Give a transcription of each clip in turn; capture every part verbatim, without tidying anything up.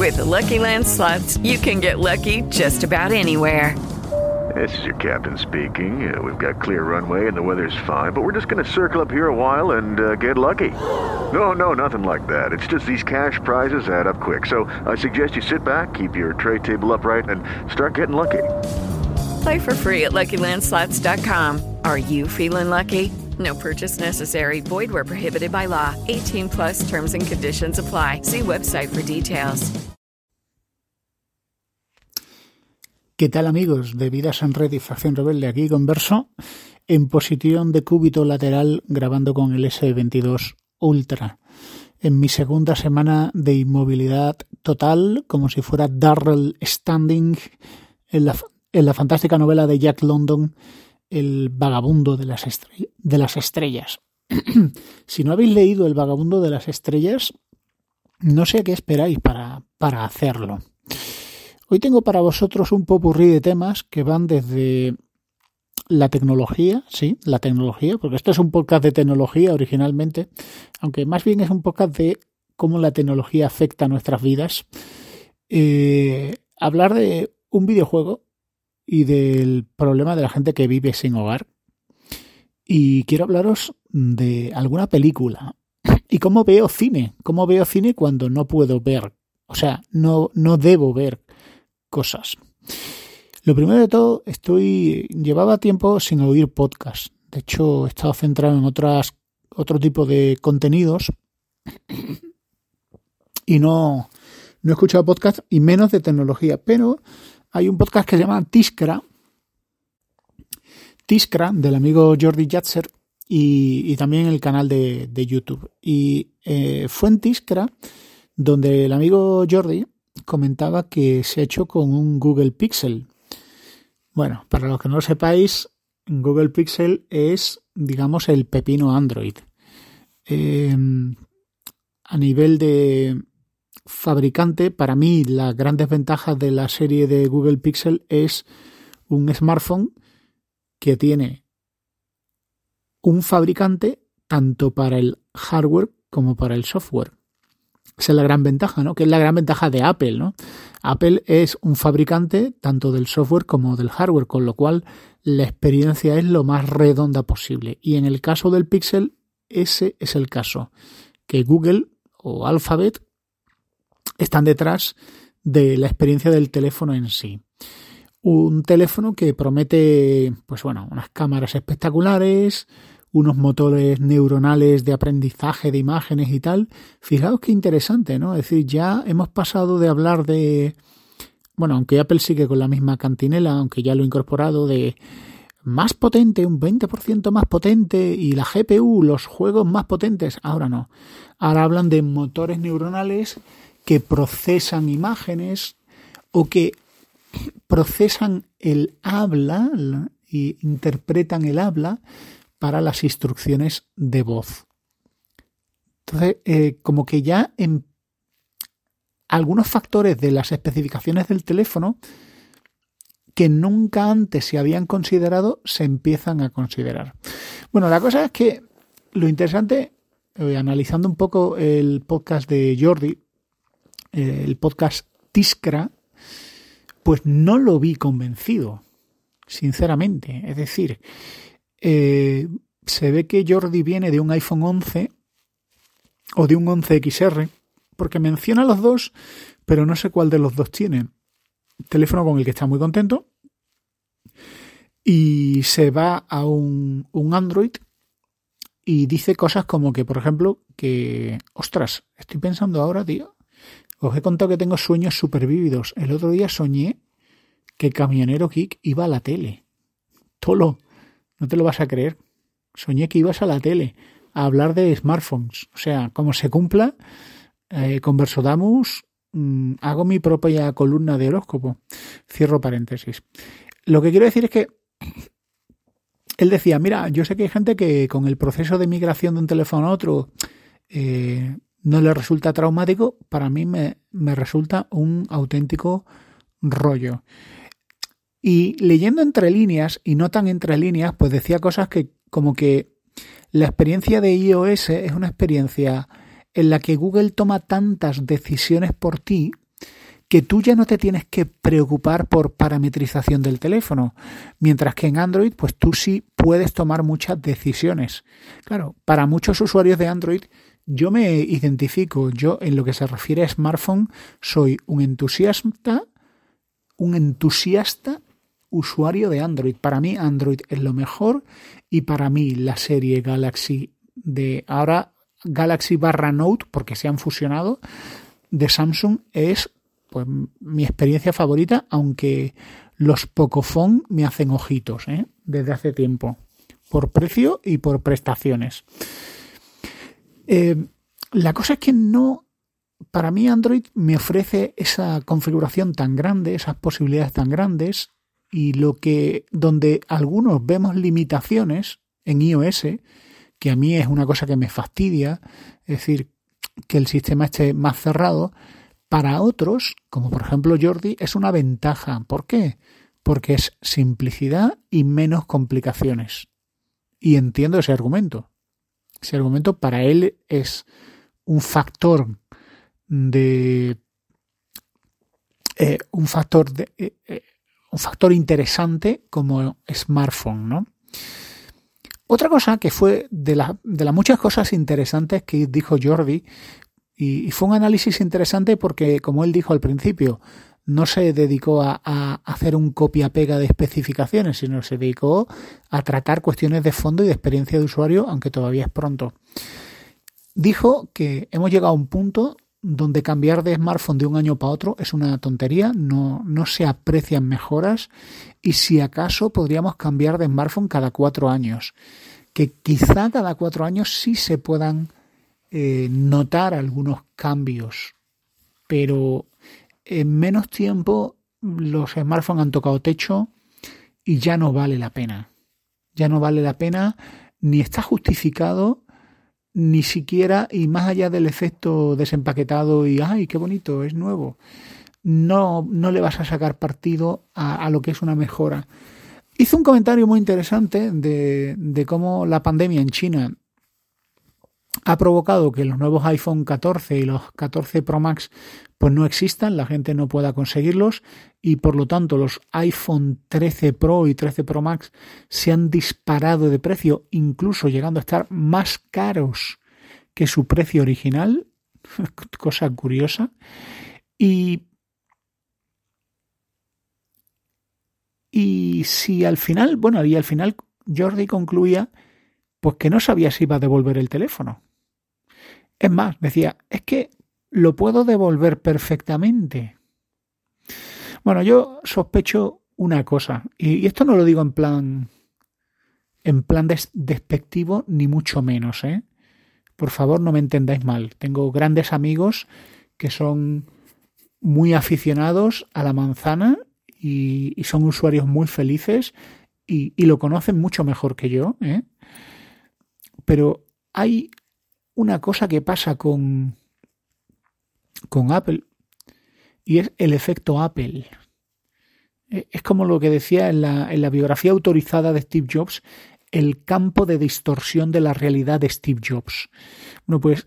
With the Lucky Land Slots, you can get lucky just about anywhere. This is your captain speaking. Uh, we've got clear runway and the weather's fine, but we're just going to circle up here a while and uh, get lucky. No, no, nothing like that. It's just these cash prizes add up quick. So I suggest you sit back, keep your tray table upright, and start getting lucky. Play for free at Lucky Land Slots dot com. Are you feeling lucky? No purchase necessary. Void where prohibited by law. eighteen plus terms and conditions apply. See website for details. ¿Qué tal, amigos de Vidas en Red y Facción Rebelde? Aquí converso en posición de cúbito lateral grabando con el ese veintidós Ultra. En mi segunda semana de inmovilidad total, como si fuera Darrell Standing en la, en la fantástica novela de Jack London, El vagabundo de las, estrell- de las estrellas. Si no habéis leído El vagabundo de las estrellas, no sé a qué esperáis para, para hacerlo. Hoy tengo para vosotros un popurrí de temas que van desde la tecnología, sí, la tecnología, porque esto es un podcast de tecnología originalmente, aunque más bien es un podcast de cómo la tecnología afecta a nuestras vidas. Eh, hablar de un videojuego y del problema de la gente que vive sin hogar. Y quiero hablaros de alguna película y cómo veo cine, cómo veo cine cuando no puedo ver, o sea, no, no debo ver cosas. Lo primero de todo, estoy llevaba tiempo sin oír podcast. De hecho, he estado centrado en otras otro tipo de contenidos y no, no he escuchado podcast y menos de tecnología. Pero hay un podcast que se llama Tiskra, Tiskra del amigo Jordi Yatzer y, y también el canal de, de YouTube. Y eh, fue en Tiskra donde el amigo Jordi comentaba que se ha hecho con un Google Pixel. Bueno, para los que no lo sepáis, Google Pixel es, digamos, el pepino Android. Eh, a nivel de fabricante, para mí las grandes ventajas de la serie de Google Pixel es un smartphone que tiene un fabricante tanto para el hardware como para el software. Esa es la gran ventaja, ¿no? Que es la gran ventaja de Apple, ¿no? Apple es un fabricante tanto del software como del hardware, con lo cual la experiencia es lo más redonda posible. Y en el caso del Pixel, ese es el caso, que Google o Alphabet están detrás de la experiencia del teléfono en sí. Un teléfono que promete, pues bueno, unas cámaras espectaculares, unos motores neuronales de aprendizaje de imágenes y tal. Fijaos qué interesante, ¿no? Es decir, ya hemos pasado de hablar de, bueno, aunque Apple sigue con la misma cantinela, aunque ya lo he incorporado, de más potente, un veinte por ciento más potente y la G P U, los juegos más potentes. Ahora no. Ahora hablan de motores neuronales que procesan imágenes o que procesan el habla y interpretan el habla para las instrucciones de voz. Entonces, eh, como que ya en algunos factores de las especificaciones del teléfono que nunca antes se habían considerado, se empiezan a considerar. Bueno, la cosa es que lo interesante, eh, analizando un poco el podcast de Jordi, eh, el podcast Tiskra, pues no lo vi convencido, sinceramente. Es decir, Eh, se ve que Jordi viene de un iPhone once o de un once equis erre, porque menciona los dos, pero no sé cuál de los dos tiene. Teléfono con el que está muy contento y se va a un, un Android y dice cosas como que, por ejemplo, que, ostras, estoy pensando ahora, tío, os he contado que tengo sueños súper vívidos. El otro día soñé que Camionero Geek iba a la tele. Tolo. No te lo vas a creer. Soñé que ibas a la tele a hablar de smartphones. O sea, como se cumpla, eh, Conversodamus, mmm, hago mi propia columna de horóscopo. Cierro paréntesis. Lo que quiero decir es que él decía, mira, yo sé que hay gente que con el proceso de migración de un teléfono a otro eh, no le resulta traumático. Para mí me, me resulta un auténtico rollo. Y leyendo entre líneas, y no tan entre líneas, pues decía cosas que como que la experiencia de iOS es una experiencia en la que Google toma tantas decisiones por ti que tú ya no te tienes que preocupar por parametrización del teléfono, mientras que en Android pues tú sí puedes tomar muchas decisiones. Claro, para muchos usuarios de Android yo me identifico, yo en lo que se refiere a smartphone soy un entusiasta, un entusiasta usuario de Android. Para mí Android es lo mejor y para mí la serie Galaxy de ahora Galaxy barra Note, porque se han fusionado, de Samsung es pues mi experiencia favorita, aunque los Pocophone me hacen ojitos, ¿eh? Desde hace tiempo, por precio y por prestaciones. Eh, la cosa es que no, para mí Android me ofrece esa configuración tan grande, esas posibilidades tan grandes, y lo que donde algunos vemos limitaciones en iOS, que a mí es una cosa que me fastidia, es decir, que el sistema esté más cerrado. Para otros, como por ejemplo Jordi, es una ventaja. ¿Por qué? Porque es simplicidad y menos complicaciones. Y entiendo ese argumento. Ese argumento para él es un factor de eh, un factor de eh, eh, un factor interesante como smartphone, ¿no? Otra cosa que fue de, la, de las muchas cosas interesantes que dijo Jordi, y, y fue un análisis interesante porque, como él dijo al principio, no se dedicó a, a hacer un copia-pega de especificaciones, sino se dedicó a tratar cuestiones de fondo y de experiencia de usuario, aunque todavía es pronto. Dijo que hemos llegado a un punto donde cambiar de smartphone de un año para otro es una tontería, no, no se aprecian mejoras y si acaso podríamos cambiar de smartphone cada cuatro años, que quizá cada cuatro años sí se puedan eh, notar algunos cambios, pero en menos tiempo los smartphones han tocado techo y ya no vale la pena, ya no vale la pena, ni está justificado, ni siquiera, y más allá del efecto desempaquetado y ¡ay, qué bonito, es nuevo! No, no le vas a sacar partido a, a lo que es una mejora. Hizo un comentario muy interesante de, de cómo la pandemia en China ha provocado que los nuevos iPhone catorce y los catorce Pro Max pues no existan, la gente no pueda conseguirlos y por lo tanto los iPhone trece Pro y trece Pro Max se han disparado de precio, incluso llegando a estar más caros que su precio original, cosa curiosa. Y, y si al final, bueno, y al final Jordi concluía pues que no sabía si iba a devolver el teléfono. Es más, decía, es que lo puedo devolver perfectamente. Bueno, yo sospecho una cosa, y esto no lo digo en plan en plan des- despectivo, ni mucho menos, ¿eh? Por favor, no me entendáis mal. Tengo grandes amigos que son muy aficionados a la manzana y, y son usuarios muy felices y, y lo conocen mucho mejor que yo, ¿eh? Pero hay una cosa que pasa con, con Apple y es el efecto Apple. Es como lo que decía en la, en la biografía autorizada de Steve Jobs, el campo de distorsión de la realidad de Steve Jobs. Bueno, pues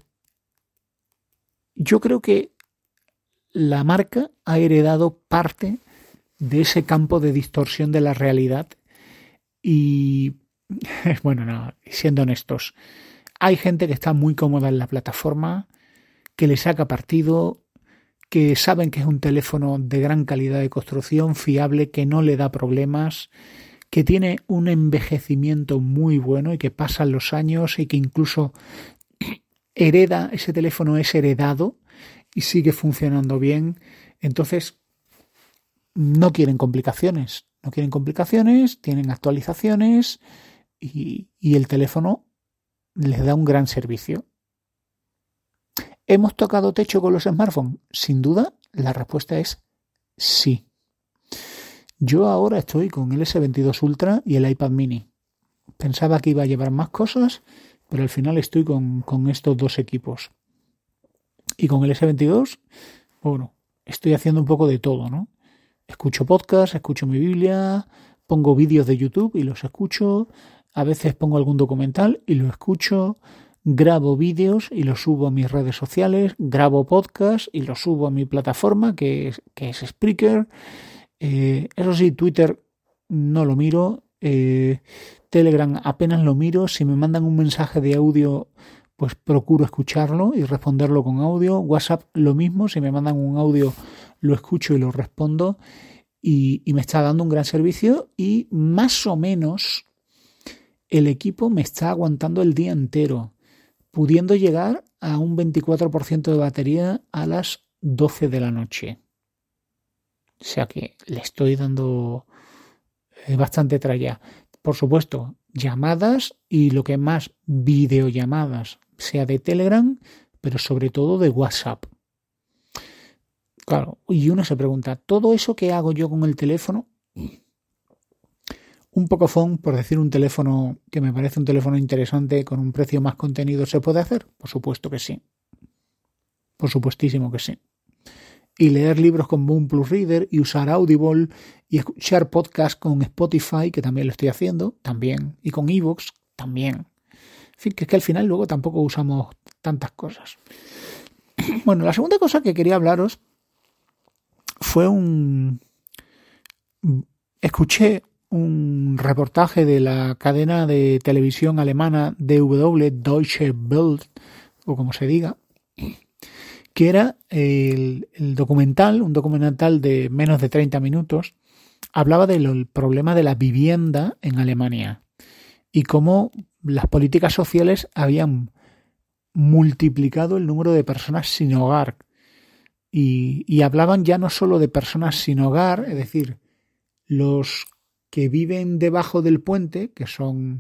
yo creo que la marca ha heredado parte de ese campo de distorsión de la realidad y, bueno, no, siendo honestos, hay gente que está muy cómoda en la plataforma, que le saca partido, que saben que es un teléfono de gran calidad de construcción, fiable, que no le da problemas, que tiene un envejecimiento muy bueno y que pasan los años y que incluso hereda, ese teléfono es heredado y sigue funcionando bien. Entonces, no quieren complicaciones, no quieren complicaciones, tienen actualizaciones y, y el teléfono les da un gran servicio. ¿Hemos tocado techo con los smartphones? Sin duda, la respuesta es sí. Yo ahora estoy con el ese veintidós Ultra y el iPad mini. Pensaba que iba a llevar más cosas, pero al final estoy con, con estos dos equipos. Y con el ese veintidós, bueno, estoy haciendo un poco de todo, ¿no? Escucho podcasts, escucho mi Biblia, pongo vídeos de YouTube y los escucho. A veces pongo algún documental y lo escucho. grabo vídeos y los subo a mis redes sociales, grabo podcasts y los subo a mi plataforma que es, que es Spreaker. Eh, eso sí, Twitter no lo miro, eh, Telegram apenas lo miro. Si me mandan un mensaje de audio, pues procuro escucharlo y responderlo con audio. WhatsApp lo mismo, si me mandan un audio lo escucho y lo respondo. Y, y me está dando un gran servicio y más o menos el equipo me está aguantando el día entero, pudiendo llegar a un veinticuatro por ciento de batería a las doce de la noche. O sea que le estoy dando bastante tralla. Por supuesto, llamadas y lo que más, videollamadas, sea de Telegram, pero sobre todo de WhatsApp. Claro, y uno se pregunta, ¿todo eso que hago yo con el teléfono? Un Pocophone, por decir un teléfono que me parece un teléfono interesante con un precio más contenido, ¿se puede hacer? Por supuesto que sí. Por supuestísimo que sí. Y leer libros con Boom Plus Reader y usar Audible y escuchar podcasts con Spotify, que también lo estoy haciendo, también. Y con iVoox, también. En fin, que es que al final luego tampoco usamos tantas cosas. Bueno, la segunda cosa que quería hablaros fue un... Escuché un reportaje de la cadena de televisión alemana D W, Deutsche Welle, o como se diga, que era el, el documental, un documental de menos de treinta minutos, hablaba del problema de la vivienda en Alemania y cómo las políticas sociales habían multiplicado el número de personas sin hogar. Y, y hablaban ya no solo de personas sin hogar, es decir, los que viven debajo del puente, que son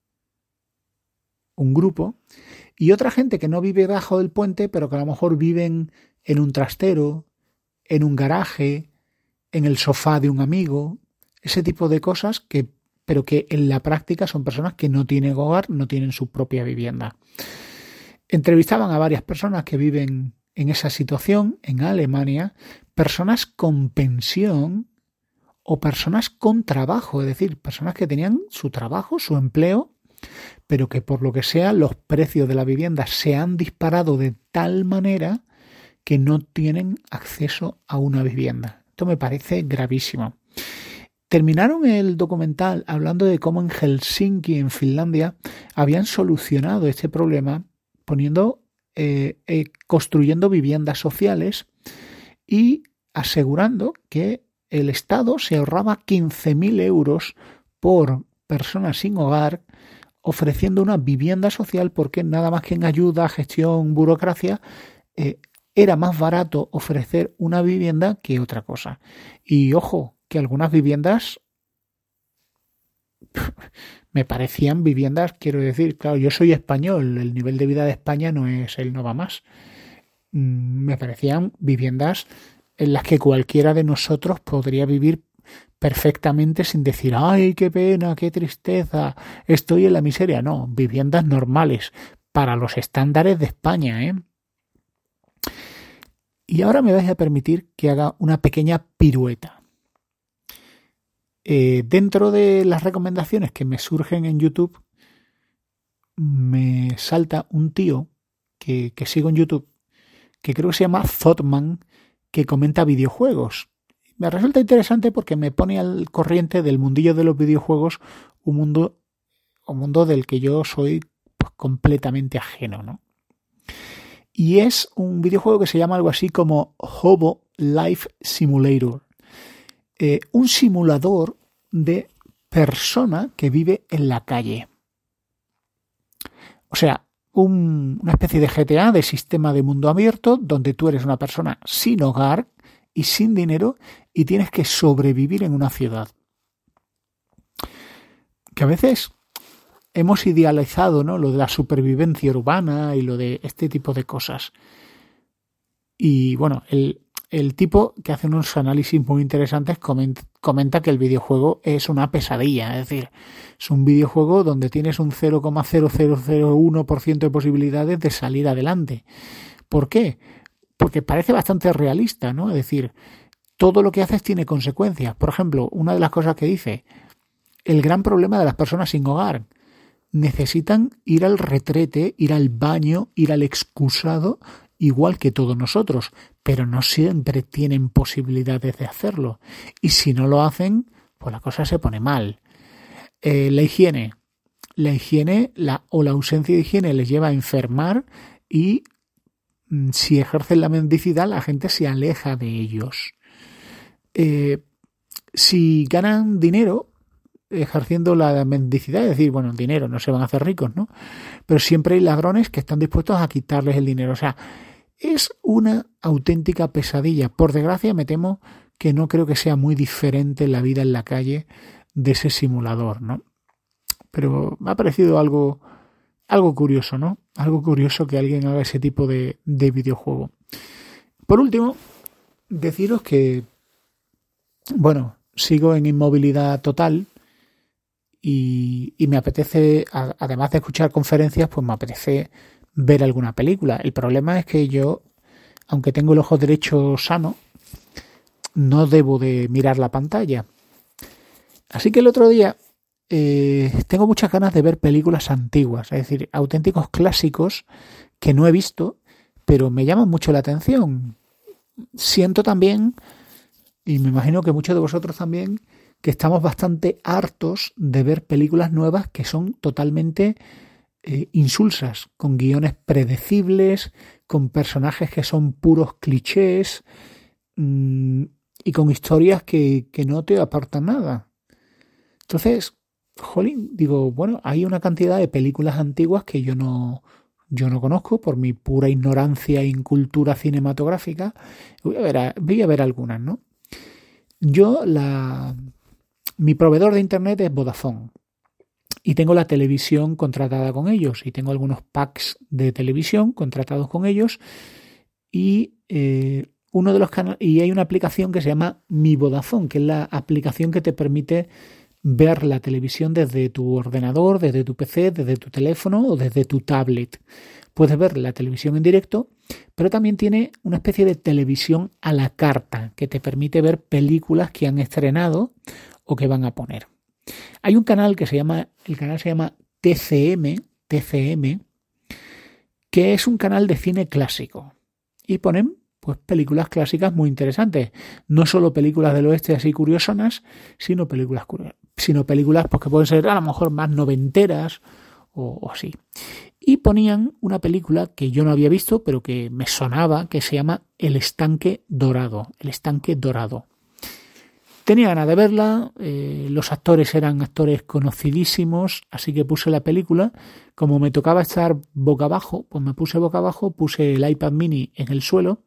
un grupo, y otra gente que no vive debajo del puente, pero que a lo mejor viven en un trastero, en un garaje, en el sofá de un amigo, ese tipo de cosas, que, pero que en la práctica son personas que no tienen hogar, no tienen su propia vivienda. Entrevistaban a varias personas que viven en esa situación en Alemania, personas con pensión o personas con trabajo, es decir, personas que tenían su trabajo, su empleo, pero que por lo que sea los precios de la vivienda se han disparado de tal manera que no tienen acceso a una vivienda. Esto me parece gravísimo. Terminaron el documental hablando de cómo en Helsinki, en Finlandia, habían solucionado este problema poniendo Eh, eh, construyendo viviendas sociales y asegurando que el Estado se ahorraba quince mil euros por persona sin hogar ofreciendo una vivienda social, porque nada más que en ayuda, gestión, burocracia, eh, era más barato ofrecer una vivienda que otra cosa. Y ojo, que algunas viviendas me parecían viviendas, quiero decir, claro, yo soy español, el nivel de vida de España no es el no va más. Me parecían viviendas en las que cualquiera de nosotros podría vivir perfectamente sin decir, ay, qué pena, qué tristeza, estoy en la miseria. No, viviendas normales para los estándares de España, ¿eh? Y ahora me vais a permitir que haga una pequeña pirueta. Eh, dentro de las recomendaciones que me surgen en YouTube, me salta un tío que, que sigo en YouTube, que creo que se llama Thoughtman, que comenta videojuegos. Me resulta interesante porque me pone al corriente del mundillo de los videojuegos, un mundo, un mundo del que yo soy pues, completamente ajeno, ¿no? Y es un videojuego que se llama algo así como Hobo Life Simulator. Eh, un simulador de persona que vive en la calle. O sea, un, una especie de G T A, de sistema de mundo abierto, donde tú eres una persona sin hogar y sin dinero y tienes que sobrevivir en una ciudad. Que a veces hemos idealizado, ¿no?, lo de la supervivencia urbana y lo de este tipo de cosas. Y bueno, el... El tipo, que hace unos análisis muy interesantes, comenta que el videojuego es una pesadilla. Es decir, es un videojuego donde tienes un cero coma cero cero cero uno por ciento de posibilidades de salir adelante. ¿Por qué? Porque parece bastante realista, ¿no? Es decir, todo lo que haces tiene consecuencias. Por ejemplo, una de las cosas que dice, el gran problema de las personas sin hogar. necesitan ir al retrete, ir al baño, ir al excusado, igual que todos nosotros, pero no siempre tienen posibilidades de hacerlo. Y si no lo hacen, pues la cosa se pone mal. Eh, la higiene. La higiene la, o la ausencia de higiene les lleva a enfermar y mm, si ejercen la mendicidad, la gente se aleja de ellos. Eh, si ganan dinero ejerciendo la mendicidad, es decir, bueno, el dinero, no se van a hacer ricos, ¿no? Pero siempre hay ladrones que están dispuestos a quitarles el dinero. O sea, es una auténtica pesadilla. Por desgracia, me temo que no creo que sea muy diferente la vida en la calle de ese simulador, ¿no? Pero me ha parecido algo, algo curioso, ¿no? Algo curioso que alguien haga ese tipo de, de videojuego. Por último, deciros que, bueno, sigo en inmovilidad total y, y me apetece, a, además de escuchar conferencias, pues me apetece ver alguna película. El problema es que yo, aunque tengo el ojo derecho sano, no debo de mirar la pantalla. Así que el otro día eh, tengo muchas ganas de ver películas antiguas, es decir, auténticos clásicos que no he visto, pero me llaman mucho la atención. Siento también, y me imagino que muchos de vosotros también, que estamos bastante hartos de ver películas nuevas que son totalmente eh, insulsas, con guiones predecibles, con personajes que son puros clichés mmm, y con historias que, que no te aportan nada. Entonces, jolín, digo, bueno, hay una cantidad de películas antiguas que yo no, yo no conozco por mi pura ignorancia e incultura cinematográfica. Voy a ver, voy a ver algunas, ¿no? Yo, la, mi proveedor de internet es Vodafone y tengo la televisión contratada con ellos y tengo algunos packs de televisión contratados con ellos y eh, uno de los canales, y hay una aplicación que se llama Mi Vodafone, que es la aplicación que te permite ver la televisión desde tu ordenador, desde tu P C, desde tu teléfono o desde tu tablet. Puedes ver la televisión en directo, pero también tiene una especie de televisión a la carta que te permite ver películas que han estrenado o que van a poner. Hay un canal que se llama, el canal se llama T C M, T C M, que es un canal de cine clásico y ponen pues películas clásicas muy interesantes, no solo películas del oeste así curiosonas, sino películas sino películas pues, que pueden ser a lo mejor más noventeras o, o así. Y ponían una película que yo no había visto, pero que me sonaba, que se llama El Estanque Dorado, El Estanque Dorado. Tenía ganas de verla, eh, los actores eran actores conocidísimos, así que puse la película. Como me tocaba estar boca abajo, pues me puse boca abajo, puse el iPad mini en el suelo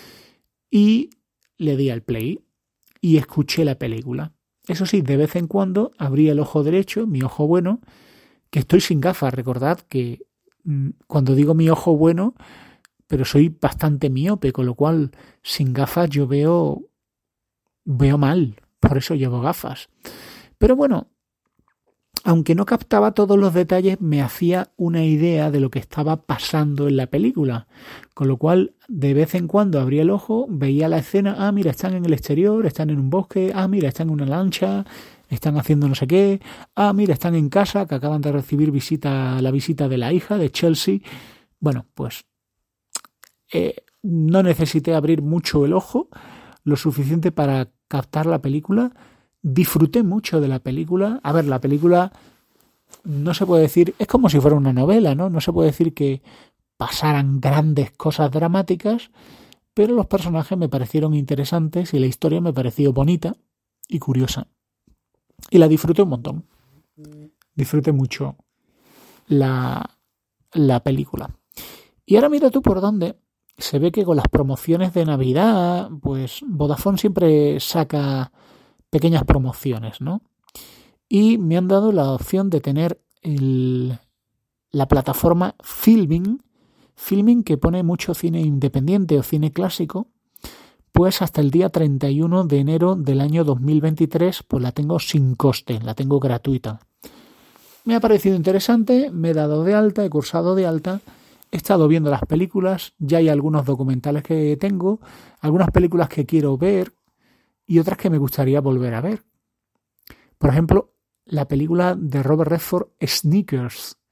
y le di al play y escuché la película. Eso sí, de vez en cuando abría el ojo derecho, mi ojo bueno, que estoy sin gafas. Recordad que mmm, cuando digo mi ojo bueno, pero soy bastante miope, con lo cual sin gafas yo veo, veo mal. Por eso llevo gafas. Pero bueno, aunque no captaba todos los detalles, me hacía una idea de lo que estaba pasando en la película. Con lo cual, de vez en cuando abría el ojo, veía la escena, ah, mira, están en el exterior, están en un bosque, ah, mira, están en una lancha, están haciendo no sé qué, ah, mira, están en casa, que acaban de recibir visita, la visita de la hija de Chelsea. Bueno, pues eh, no necesité abrir mucho el ojo, lo suficiente para captar la película. Disfruté mucho de la película. A ver, la película no se puede decir, es como si fuera una novela, ¿no? No se puede decir que pasaran grandes cosas dramáticas, pero los personajes me parecieron interesantes y la historia me pareció bonita y curiosa. Y la disfruté un montón. Disfruté mucho la, la película. Y ahora mira tú por dónde. Se ve que con las promociones de Navidad, pues Vodafone siempre saca pequeñas promociones, ¿no? Y me han dado la opción de tener el, la plataforma Filmin, Filmin que pone mucho cine independiente o cine clásico, pues hasta el día treinta y uno de enero del año dos mil veintitrés, pues la tengo sin coste, la tengo gratuita. Me ha parecido interesante, me he dado de alta, he cursado de alta. He estado viendo las películas, ya hay algunos documentales que tengo, algunas películas que quiero ver y otras que me gustaría volver a ver. Por ejemplo, la película de Robert Redford, Sneakers,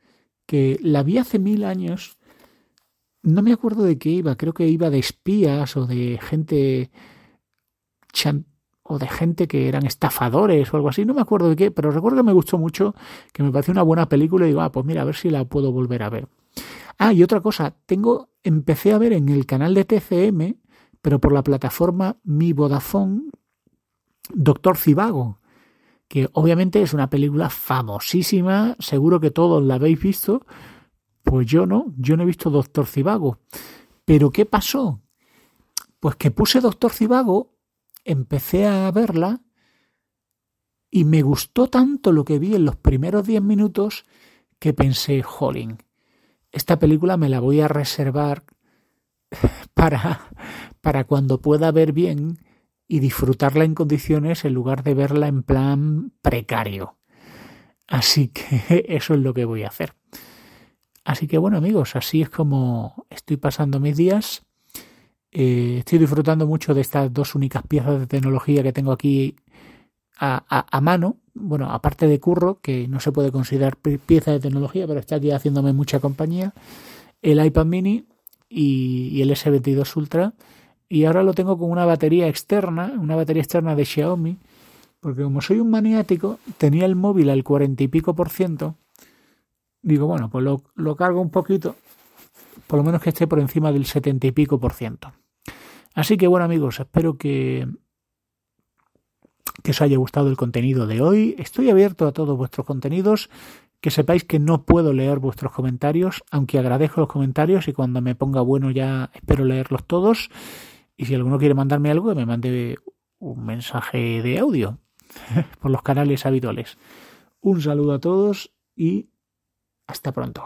que la vi hace mil años. No me acuerdo de qué iba, creo que iba de espías o de gente chan, o de gente que eran estafadores o algo así, no me acuerdo de qué, pero recuerdo que me gustó mucho, que me pareció una buena película y digo, ah, pues mira, a ver si la puedo volver a ver. Ah, y otra cosa, tengo, empecé a ver en el canal de T C M, pero por la plataforma Mi Vodafone, Doctor Zivago, que obviamente es una película famosísima, seguro que todos la habéis visto. Pues yo no, yo no he visto Doctor Zivago. ¿Pero qué pasó? Pues que puse Doctor Zivago, empecé a verla y me gustó tanto lo que vi en los primeros diez minutos que pensé, jolín, esta película me la voy a reservar para, para cuando pueda ver bien y disfrutarla en condiciones en lugar de verla en plan precario. Así que eso es lo que voy a hacer. Así que bueno, amigos, así es como estoy pasando mis días. Eh, estoy disfrutando mucho de estas dos únicas piezas de tecnología que tengo aquí a, a, a mano. Bueno, aparte de curro, que no se puede considerar pieza de tecnología, pero está aquí haciéndome mucha compañía. El iPad mini y, y el ese veintidós Ultra. Y ahora lo tengo con una batería externa, una batería externa de Xiaomi, porque como soy un maniático, tenía el móvil al cuarenta y pico por ciento. Digo, bueno, pues lo, lo cargo un poquito, por lo menos que esté por encima del setenta y pico por ciento. Así que bueno, amigos, espero que, que os haya gustado el contenido de hoy. Estoy abierto a todos vuestros contenidos, que sepáis que no puedo leer vuestros comentarios, aunque agradezco los comentarios y cuando me ponga bueno ya espero leerlos todos. Y si alguno quiere mandarme algo, que me mande un mensaje de audio por los canales habituales. Un saludo a todos y hasta pronto.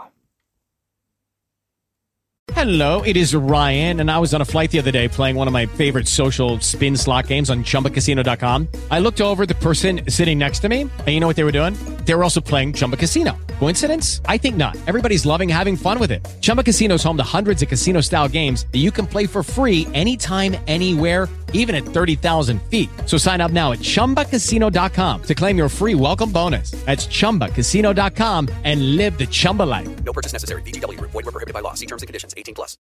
Hello, it is Ryan, and I was on a flight the other day playing one of my favorite social spin slot games on Chumba Casino dot com. I looked over at the person sitting next to me, and you know what they were doing? They were also playing Chumba Casino. Coincidence? I think not. Everybody's loving having fun with it. Chumba Casino is home to hundreds of casino-style games that you can play for free anytime, anywhere, even at thirty thousand feet. So sign up now at Chumba Casino dot com to claim your free welcome bonus. That's Chumba Casino dot com and live the Chumba life. No purchase necessary. V G W. Void where prohibited by law. See terms and conditions. eighteen plus.